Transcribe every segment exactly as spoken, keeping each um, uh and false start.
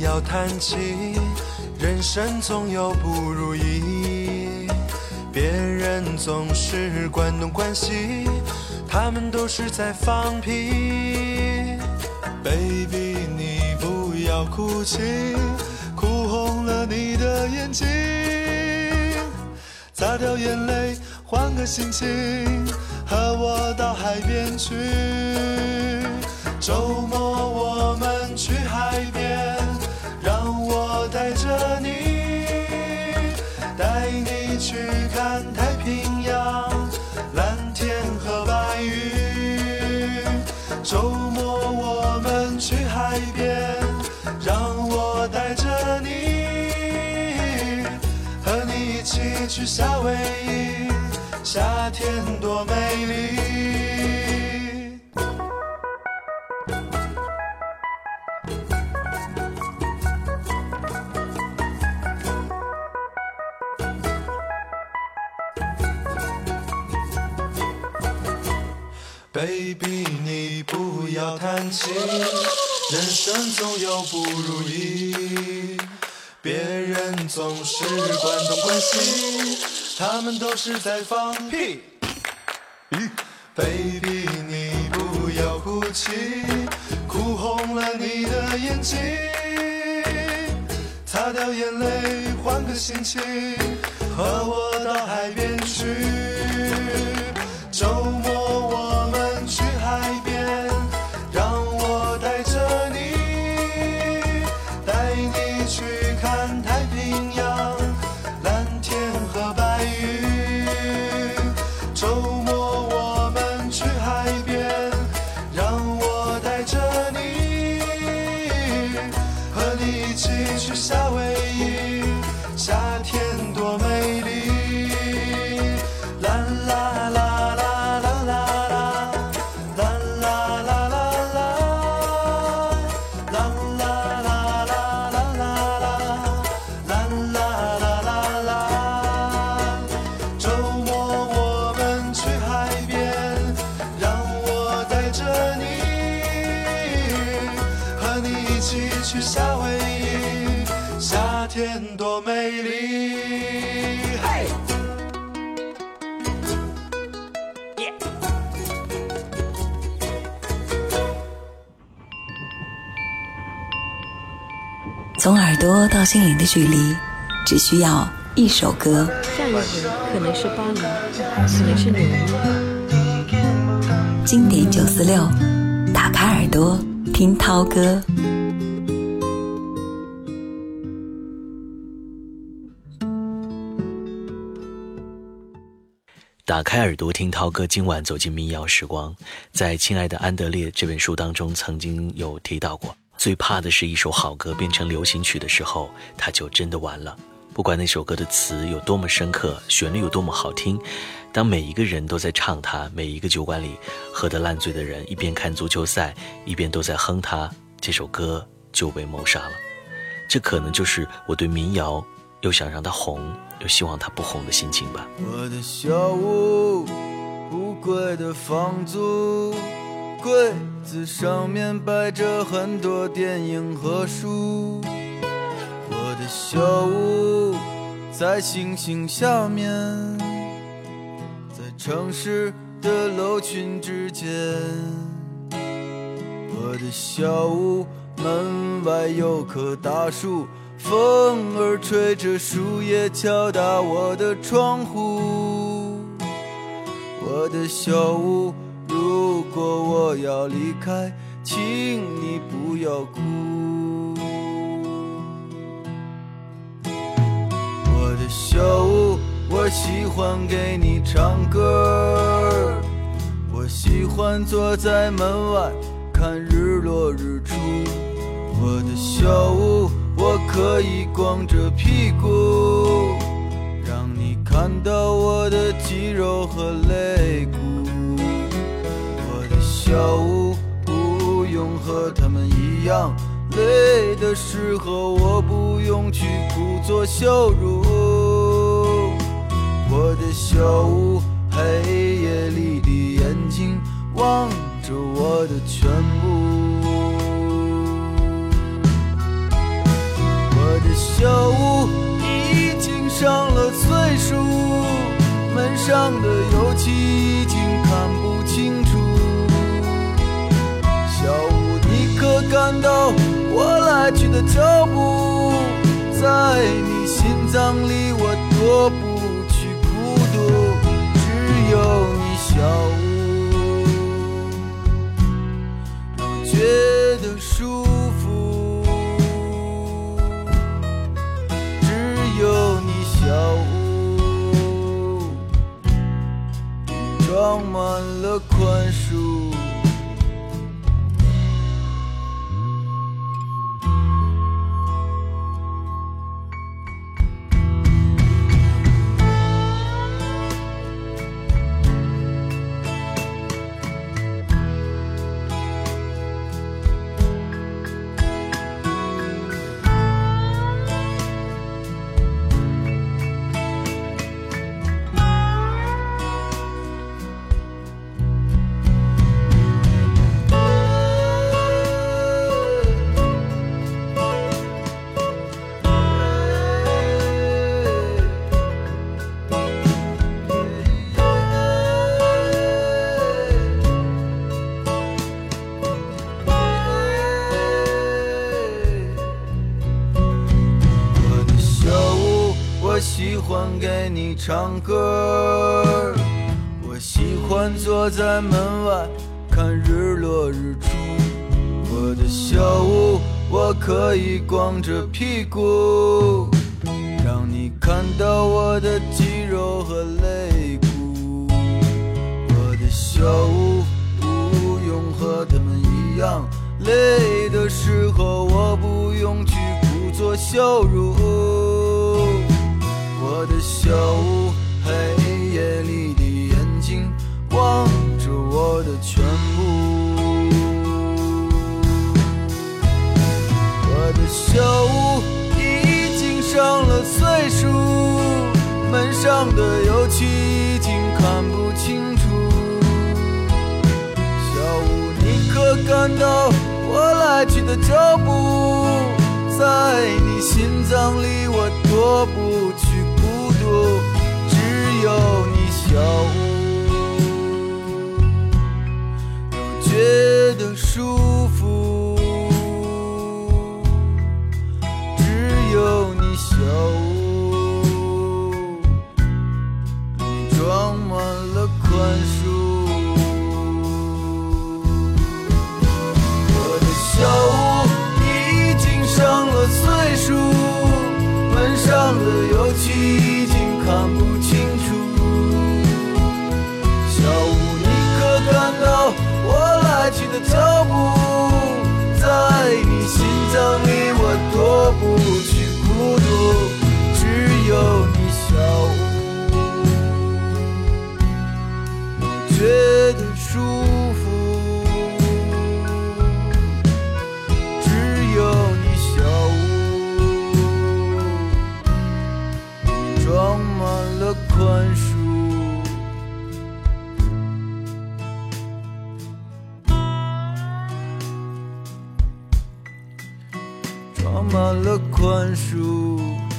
要叹气，人生总有不如意，别人总是关东关西，他们都是在放屁。 Baby 你不要哭泣，哭红了你的眼睛，擦掉眼泪换个心情，和我到海边去。周末我们去海边，让我带着你，带你去看太平洋，蓝天和白云。周末我们去海边，让我带着你，和你一起去夏威夷，夏天多美丽。Baby 你不要叹气，人生总有不如意，别人总是关东关西，他们都是在放屁。Baby 你不要哭泣，哭红了你的眼睛，擦掉眼泪换个心情，和我到海边去。周末我们去海边，让我带着你，带你去看太平洋，蓝天和白云。周末我们去海边，让我带着你，和你一起去夏威夷，夏天多美丽。啦啦啦。去夏威夷，夏天多美丽。嘿、yeah. 从耳朵到心灵的距离，只需要一首歌。 下一回可能是巴黎，可能是纽约。 经典九四六，打开耳朵听涛歌。 打开耳朵听涛哥，今晚走进民谣时光。在《亲爱的安德烈》这本书当中曾经有提到过，最怕的是一首好歌变成流行曲的时候，它就真的完了。不管那首歌的词有多么深刻，旋律有多么好听，当每一个人都在唱它，每一个酒馆里喝得烂醉的人一边看足球赛一边都在哼它，这首歌就被谋杀了。这可能就是我对民谣又想让它红又希望它不红的心情吧。 我的小屋不贵的房租，柜子上面摆着很多电影和书。我的小屋在星星下面，在城市的楼群之间。我的小屋门外有棵大树，风儿吹着树叶敲打我的窗户。我的小屋，如果我要离开，请你不要哭。我的小屋，我喜欢给你唱歌，我喜欢坐在门外看日落日出。我的小屋，我可以光着屁股，让你看到我的肌肉和肋骨。我的小屋不用和他们一样，累的时候我不用去故作羞辱。我的小屋，黑夜里的眼睛望着我的全部。 的小屋已经上了岁数，门上的油漆已经看不清楚。小屋，你可感到我来去的脚步？在你心脏里我多不去孤独，只有你小屋让我觉得舒服，只有你小屋装满了宽恕。喜欢给你唱歌，我喜欢坐在门外看日落日出。我的小屋，我可以光着屁股，让你看到我的肌肉和肋骨。我的小屋不用和他们一样，累的时候我不用去故作羞辱。我的小屋，黑夜里的眼睛望着我的全部。我的小屋已经上了岁数，门上的油漆已经看不清楚。小屋，你可感到我来去的脚步？在你心脏里我多不去孤独，只有你小屋让我觉得舒服，只有你小屋你装满了宽恕。我的小屋已经上了岁数，门上的油漆已经看不清楚。小屋，你可感到我来去的脚步？在你心脏里我多不去孤独，只有你小屋我觉得舒服，只有你小屋装满了宽恕。装满了宽恕。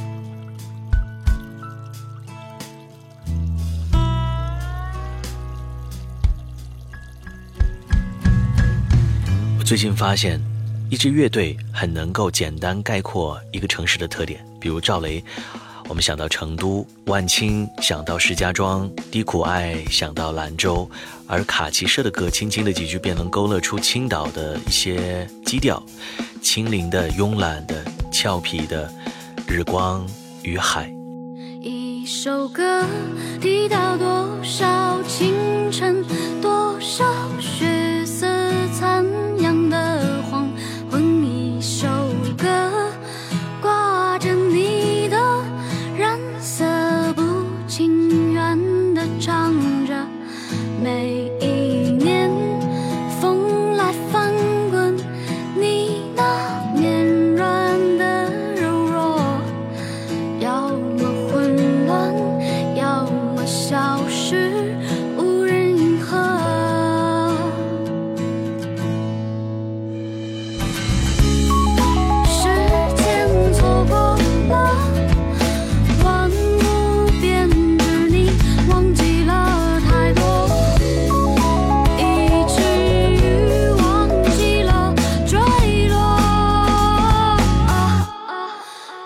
我最近发现一支乐队很能够简单概括一个城市的特点，比如赵雷，我们想到成都，万青想到石家庄，低苦爱想到兰州，而卡其社的歌轻轻的几句便能勾勒出青岛的一些基调，轻灵的、慵懒的、俏皮的，日光与海。 一首歌提到多少清晨，多少血色残阳的黄昏，一首歌挂着你的染色，不情愿地唱着。每一年风来翻滚，你那绵软的柔弱，要么混乱，要么消失，无人应和。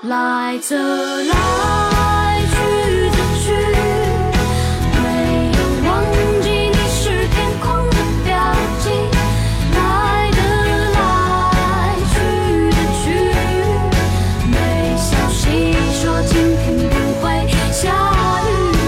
来则来，去则去，没有忘记你是天空的标记。来的来，去的去，没消息说今天不会下雨。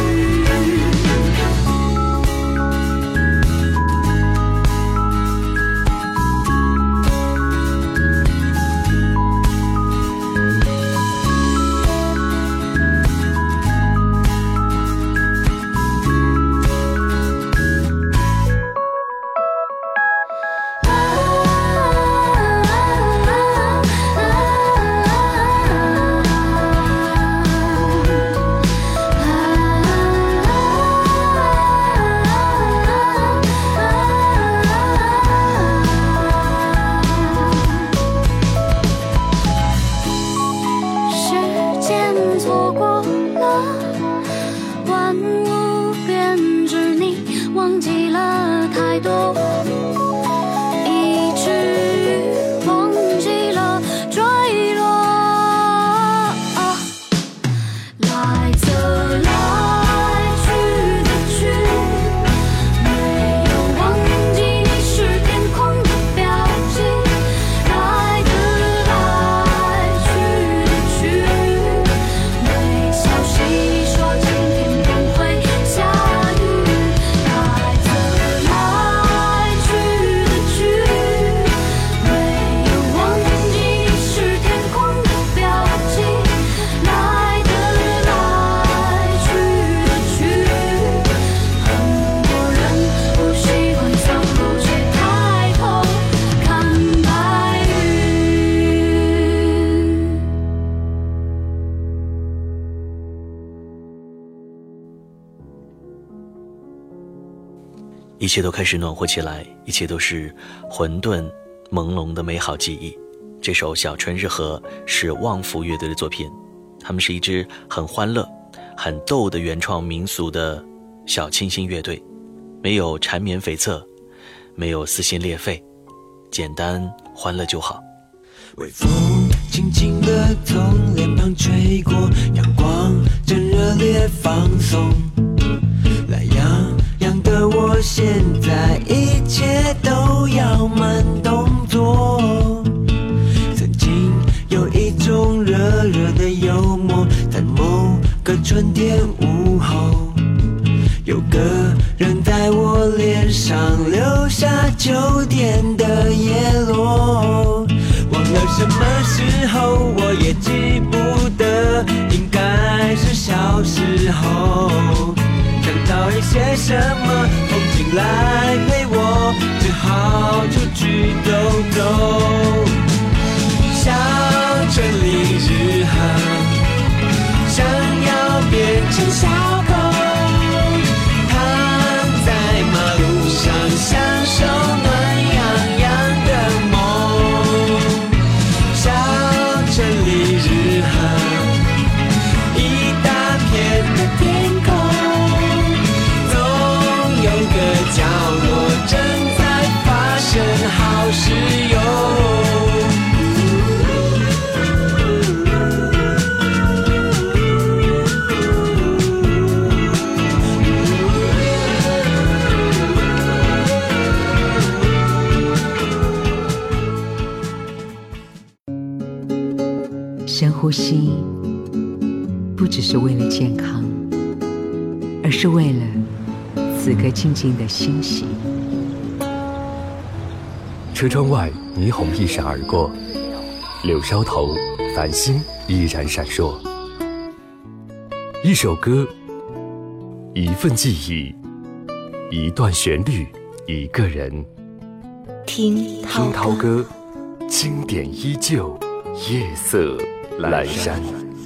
错过了，万物编织，你忘记了太多，以至于忘记了坠落。啊、来则来，去的去，没有忘记你是天空的标记。来的来，去的去。消息说今天不会下雨，来则来，去的去，没有忘记你是天空的标记。来的来，去的去，很多人不习惯走路却抬头看白云。 一切都开始暖和起来，一切都是混沌朦胧的美好记忆。这首《小春日和》是旺福乐队的作品，他们是一支很欢乐很逗的原创民俗的小清新乐队，没有缠绵悱恻，没有撕心裂肺，简单欢乐就好。 微风轻轻地从脸庞吹过，阳光正热烈放松，懒洋洋的我现在一切都要慢动作。曾经有一种热热的幽默，在某个春天午后，有个人在我脸上留下秋天的叶落。忘了什么时候，我也记不得，应该是小时候。想到一些什么风景来陪我，只好出去走走。小城里日和，想要变成小狗，躺在马路上享受暖洋洋的梦。小城里日和，一大片的天空，总有个角落正在发生好事哟。 深呼吸，不只是为了健康，而是为了此刻静静的欣喜。 车窗外霓虹一闪而过，柳梢头繁星依然闪烁。一首歌，一份记忆，一段旋律，一个人。 听听涛歌，经典依旧，夜色阑珊。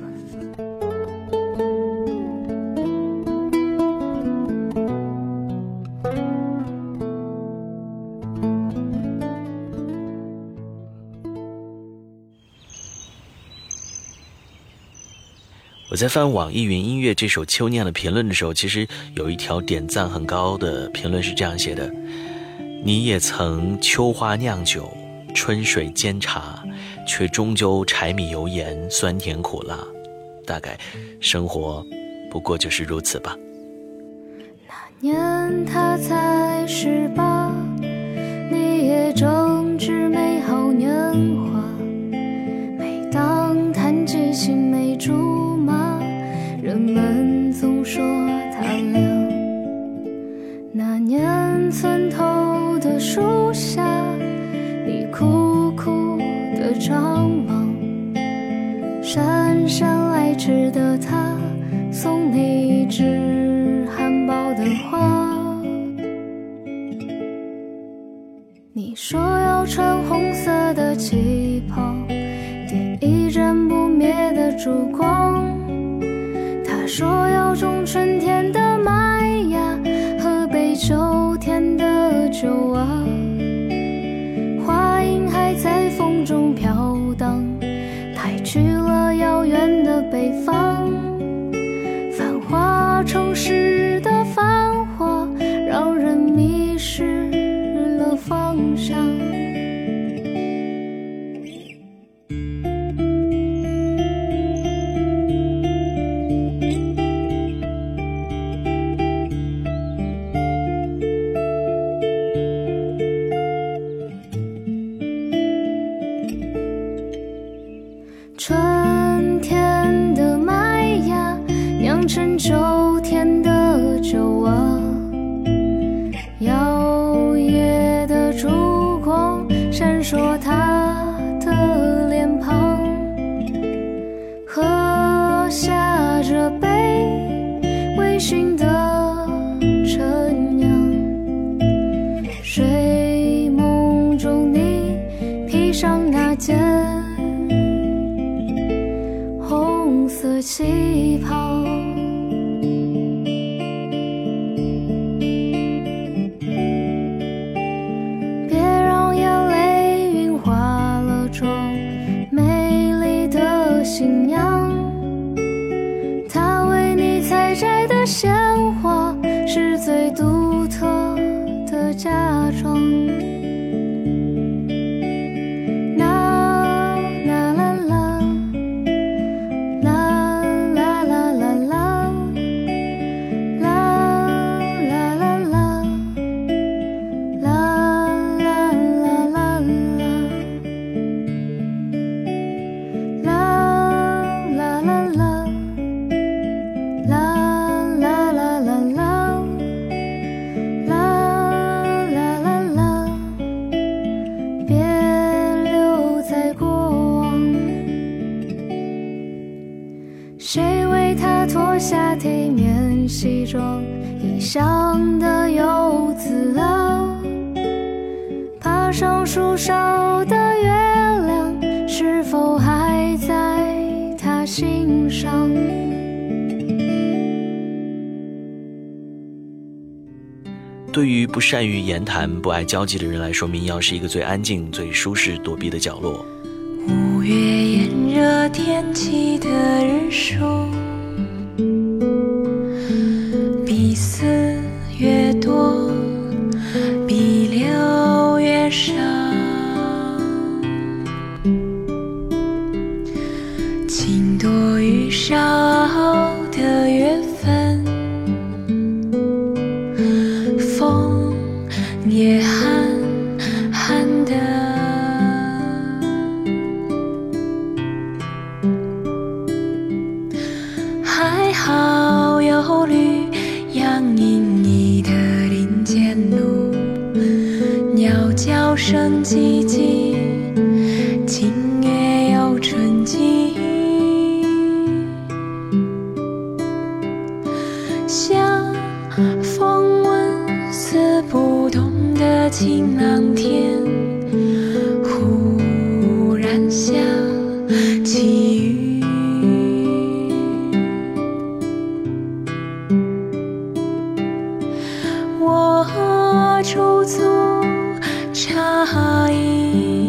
我在翻网易云音乐这首《秋酿》的评论的时候，其实有一条点赞很高的评论是这样写的：你也曾秋花酿酒，春水煎茶， 却终究柴米油盐酸甜苦辣，大概生活不过就是如此吧。 那年他才十八，你也正值美好年华，每当谈及青梅竹马，人们总说他俩。那年村头的树下，你苦苦的张望，姗姗来迟的他送你一枝含苞的花。你说要穿红色的旗袍，点一盏不灭的烛光。他说要种春天的麦芽，喝杯秋天的酒啊。话音还在风中飘荡，太去了遥远的北方。繁华城市的繁华，让人迷失了方向。春天的麦芽酿成秋天的酒啊，摇曳的烛光闪烁他的脸庞，喝下这杯微醺的陈酿，睡梦中你披上那件红色旗袍。别让眼泪晕花了妆，美丽的新娘，她为你采摘的鲜花是最独特的嫁妆。谁为他脱下体面西装，异乡的游子啊，爬上树梢的月亮，是否还在他心上？ 对于不善于言谈、不爱交际的人来说，民谣是一个最安静、最舒适、躲避的角落。 五月炎热天气的日出，比四月多，比六月少。晴多雨少的月份，风也寒寒的。还好有绿杨荫你的林间路，鸟叫声唧唧，清月有春季，像风纹丝不动的晴朗天，忽然下起雨。我驻足茶饮，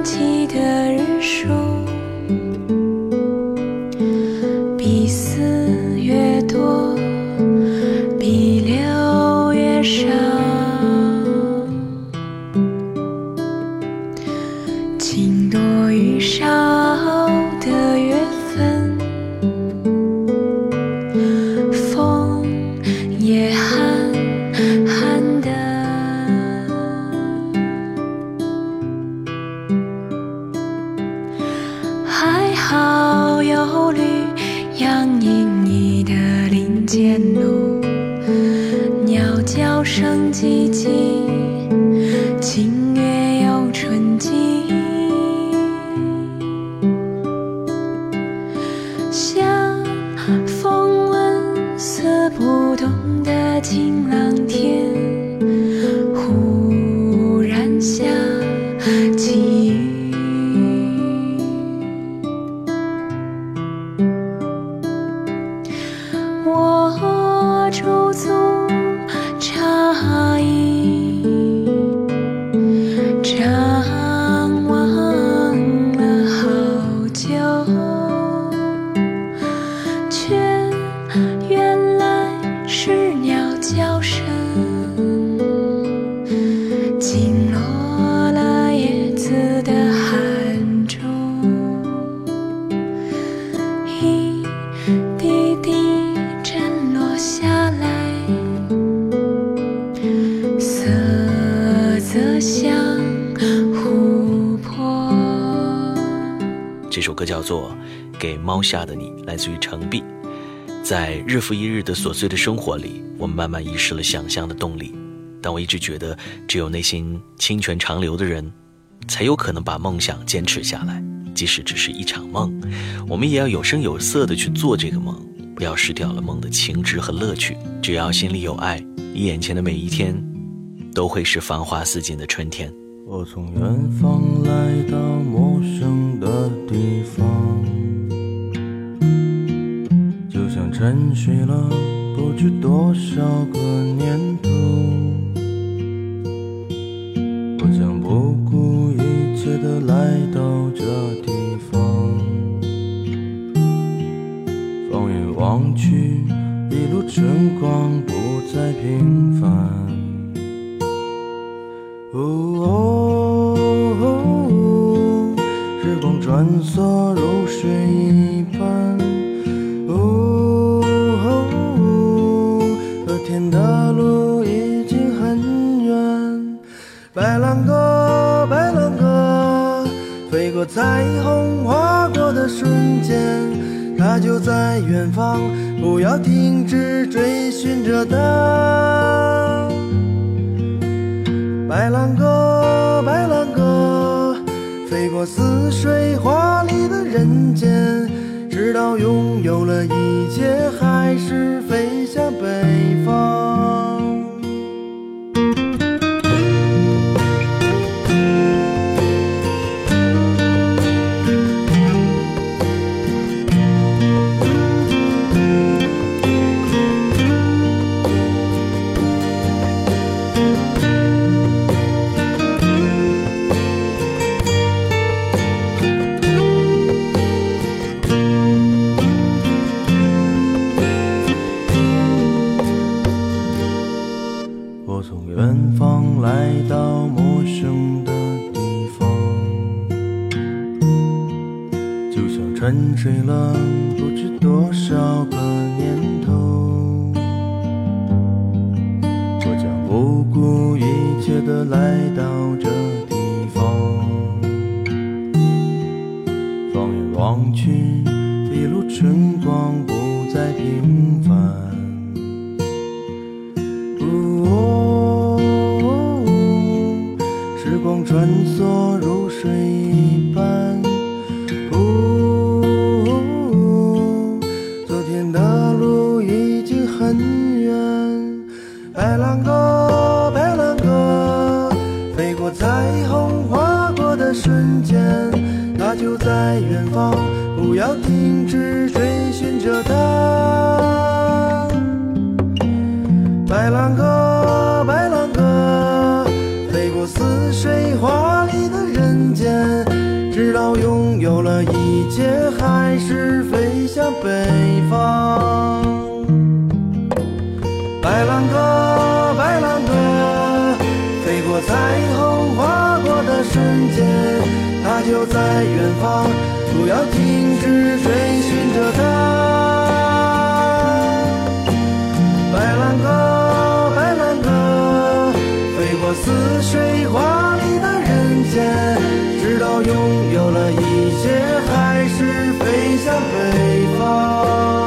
起的日数，比四越多，比六越少。情多与少的月份，风也寒寒的。还好有绿杨隐隐的林间路，鸟叫声唧唧，清月又春季。像风纹丝不动的晴朗天，忽然下起雨。我驻足诧异，张望了好久，却原来是鸟叫声，惊落了叶子的寒珠，一滴滴震落下来，色泽像琥珀。 这首歌叫做《给猫下的你》，来自于程璧。在日复一日的琐碎的生活里，我们慢慢遗失了想象的动力。但我一直觉得，只有内心清泉长流的人，才有可能把梦想坚持下来。即使只是一场梦，我们也要有声有色地去做这个梦，不要失掉了梦的情致和乐趣。只要心里有爱，你眼前的每一天都会是繁花似锦的春天。 我从远方来到陌生的地方，就像沉睡了不知多少个年头。我将不顾一切地来到这地方，放眼望去，一路晨光不再平凡。哦哦哦，时光穿梭如水一般。哦哦，和天的路已经很远。白兰鸽，白兰鸽，飞过彩虹划过的瞬间，它就在远方，不要停止追寻着它。白兰鸽，白兰鸽，飞过似水华丽的人间，直到拥有了一切，还是飞向北方。来到陌生的地方，就像沉睡了不知多少个年头。我将不顾一切地来到这地方，放眼望去，一路晨光不再平凡。时光穿梭如水一般，哦，昨天的路已经很远。白兰鸽，白兰鸽，飞过彩虹划过的瞬间，它就在远方，不要停止追寻着它。白兰鸽，白兰鸽，飞过似水华丽的人间， 有了一切，还是飞向北方。白兰鸽，白兰鸽，飞过彩虹划过的瞬间，它就在远方，不要停止追寻着它。白兰鸽，白兰鸽，飞过似水华丽的人间，直到拥有了一切，还是飞向北方。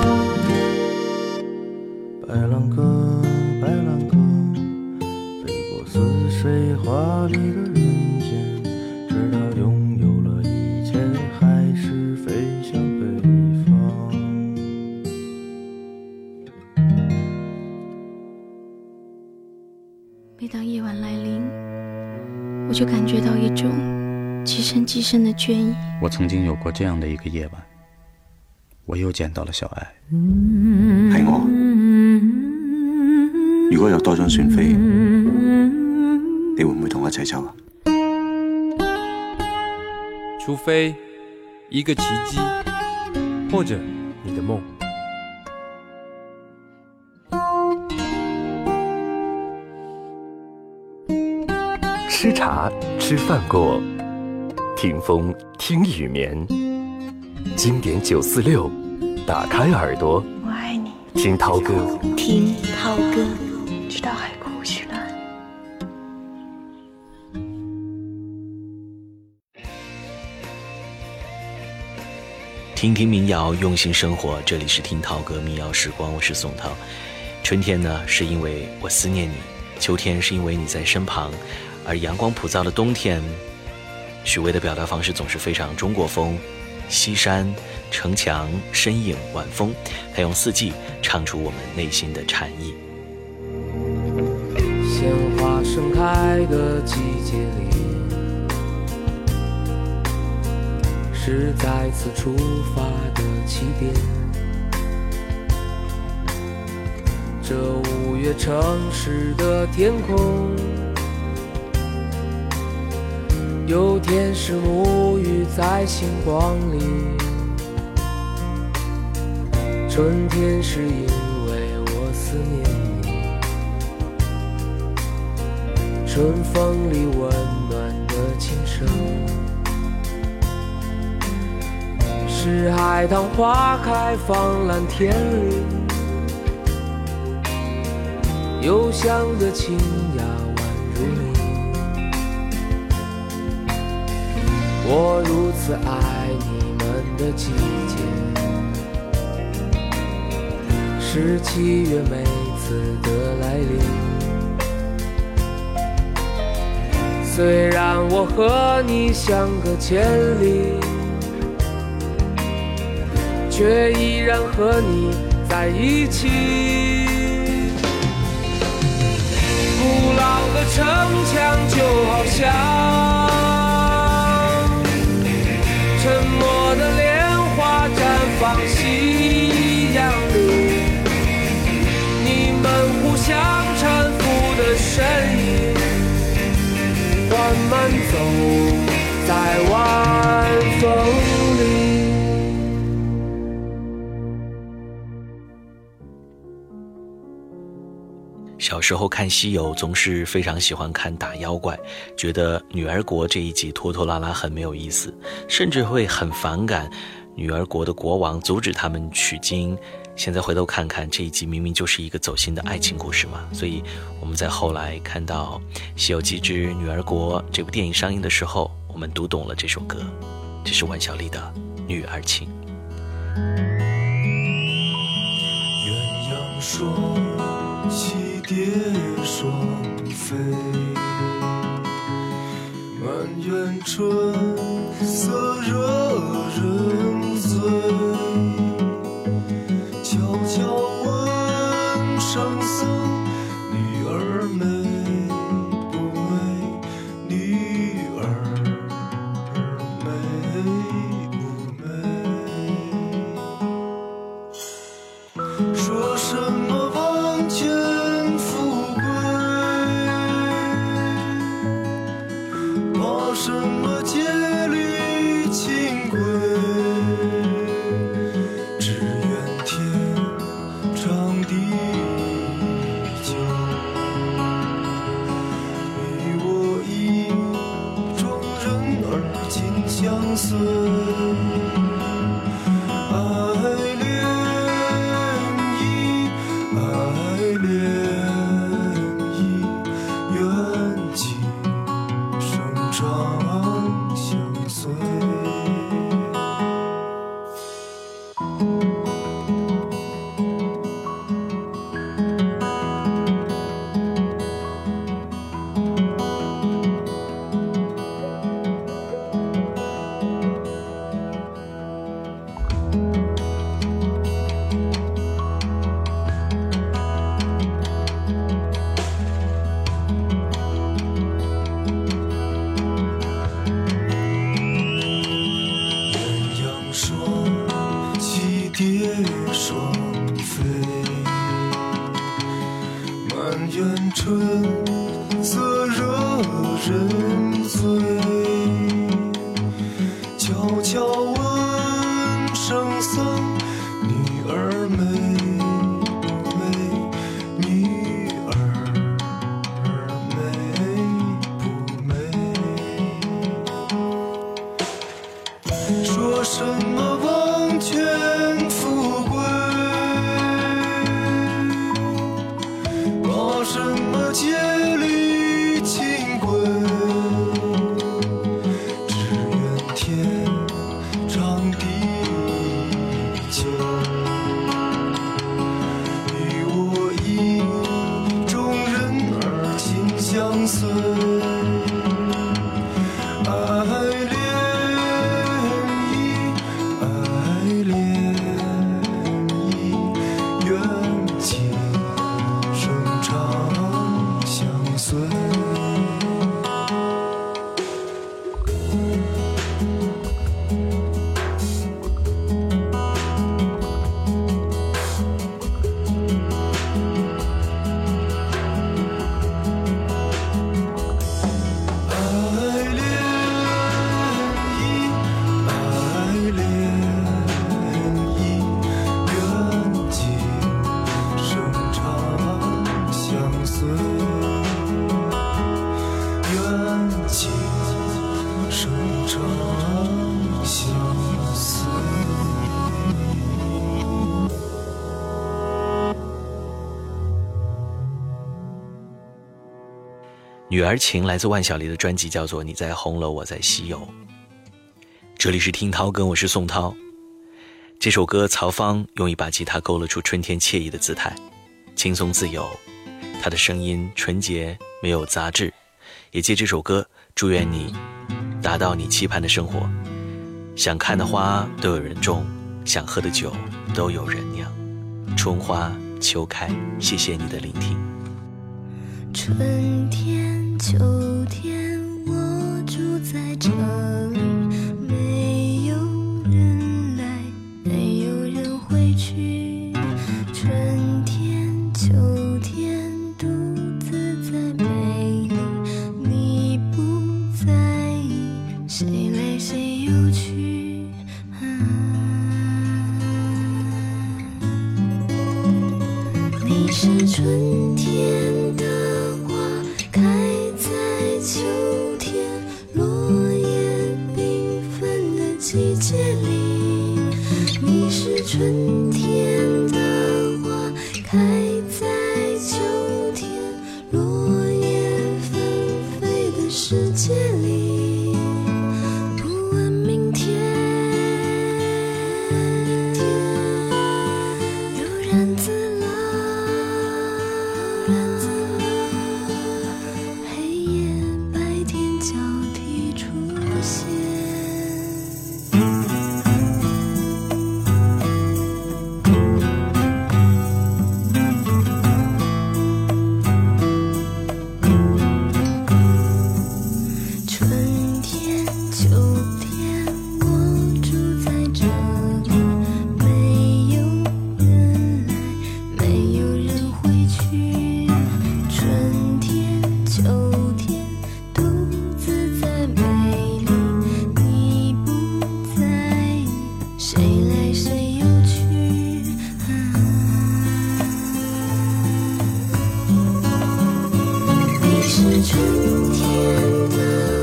白兰鸽，白兰鸽，飞过似水华丽的人间，直到拥有了一切，还是飞向北方。 每当夜晚来临，我就感觉到一种极深极深的倦意。 我曾经有过这样的一个夜晚，我又见到了小愛。 係我。如果有多張船飛，你會唔會同我一齊走啊？ 除非一個奇蹟，或者你的夢。 吃茶吃饭过，听风听雨眠。经典九四六，打开耳朵， 我爱你。 听涛哥， 听涛哥，直到海枯石烂。 听听民谣，用心生活。这里是听涛哥民谣时光，我是宋涛。春天呢，是因为我思念你；秋天是因为你在身旁；而阳光普照的冬天，许巍的表达方式总是非常中国风。西山、城墙、身影、晚风，他用四季唱出我们内心的禅意。 鲜花盛开的季节里，是再次出发的起点。这五月城市的天空，有天使沐浴在星光里。春天是因为我思念你，春风里温暖的琴声，是海棠花开放蓝天里，幽香的清雅宛如你。我如此爱你们的季节，是七月每次的来临。虽然我和你相隔千里，却依然和你在一起。古老的城墙就好像沉默的莲花绽放夕阳里，你们互相搀扶的身影，缓慢走在晚风里。 小时候看西游总是非常喜欢看打妖怪，觉得女儿国这一集拖拖拉拉很没有意思，甚至会很反感女儿国的国王阻止他们取经。现在回头看看，这一集明明就是一个走心的爱情故事嘛。所以我们在后来看到《西游记之女儿国》这部电影上映的时候，我们读懂了这首歌，这是万晓利的《女儿情》。 鸳鸯双栖蝶双飞，满园春色惹人醉。悄悄问圣僧，女儿美不美？女儿美不美？说什么王权富贵，怕什么戒律色惹人醉，悄悄问圣僧，女儿美不美？女儿美不美？说什么王权富贵，把什么戒律清规，只愿天长地久，你我意中人儿情相随，爱恋意，爱恋意，愿今生长相随。爱恋意，爱恋意，愿今生长相随，愿今生长相随。 女儿情来自万晓利的专辑叫做《你在红楼我在西游》。这里是听涛哥，我是宋涛。这首歌曹芳用一把吉他勾勒出春天惬意的姿态，轻松自由，她的声音纯洁没有杂质，也借这首歌祝愿你达到你期盼的生活，想看的花都有人种，想喝的酒都有人酿，春花秋开，谢谢你的聆听。 春天秋天我住在这里，没有人来没有人回去，春天秋天独自在美丽，你不在意谁来谁又去，啊，你是春天的开在秋天落叶缤纷的季节里，你是春天的花开在秋天落叶纷飞的世界里，不问明天，悠然自乐，黑夜白天交替出现。春天秋天我住在这里，没有人来没有人回去，春天秋天独自在美丽，你不在意谁来谁又去，啊，你是春天的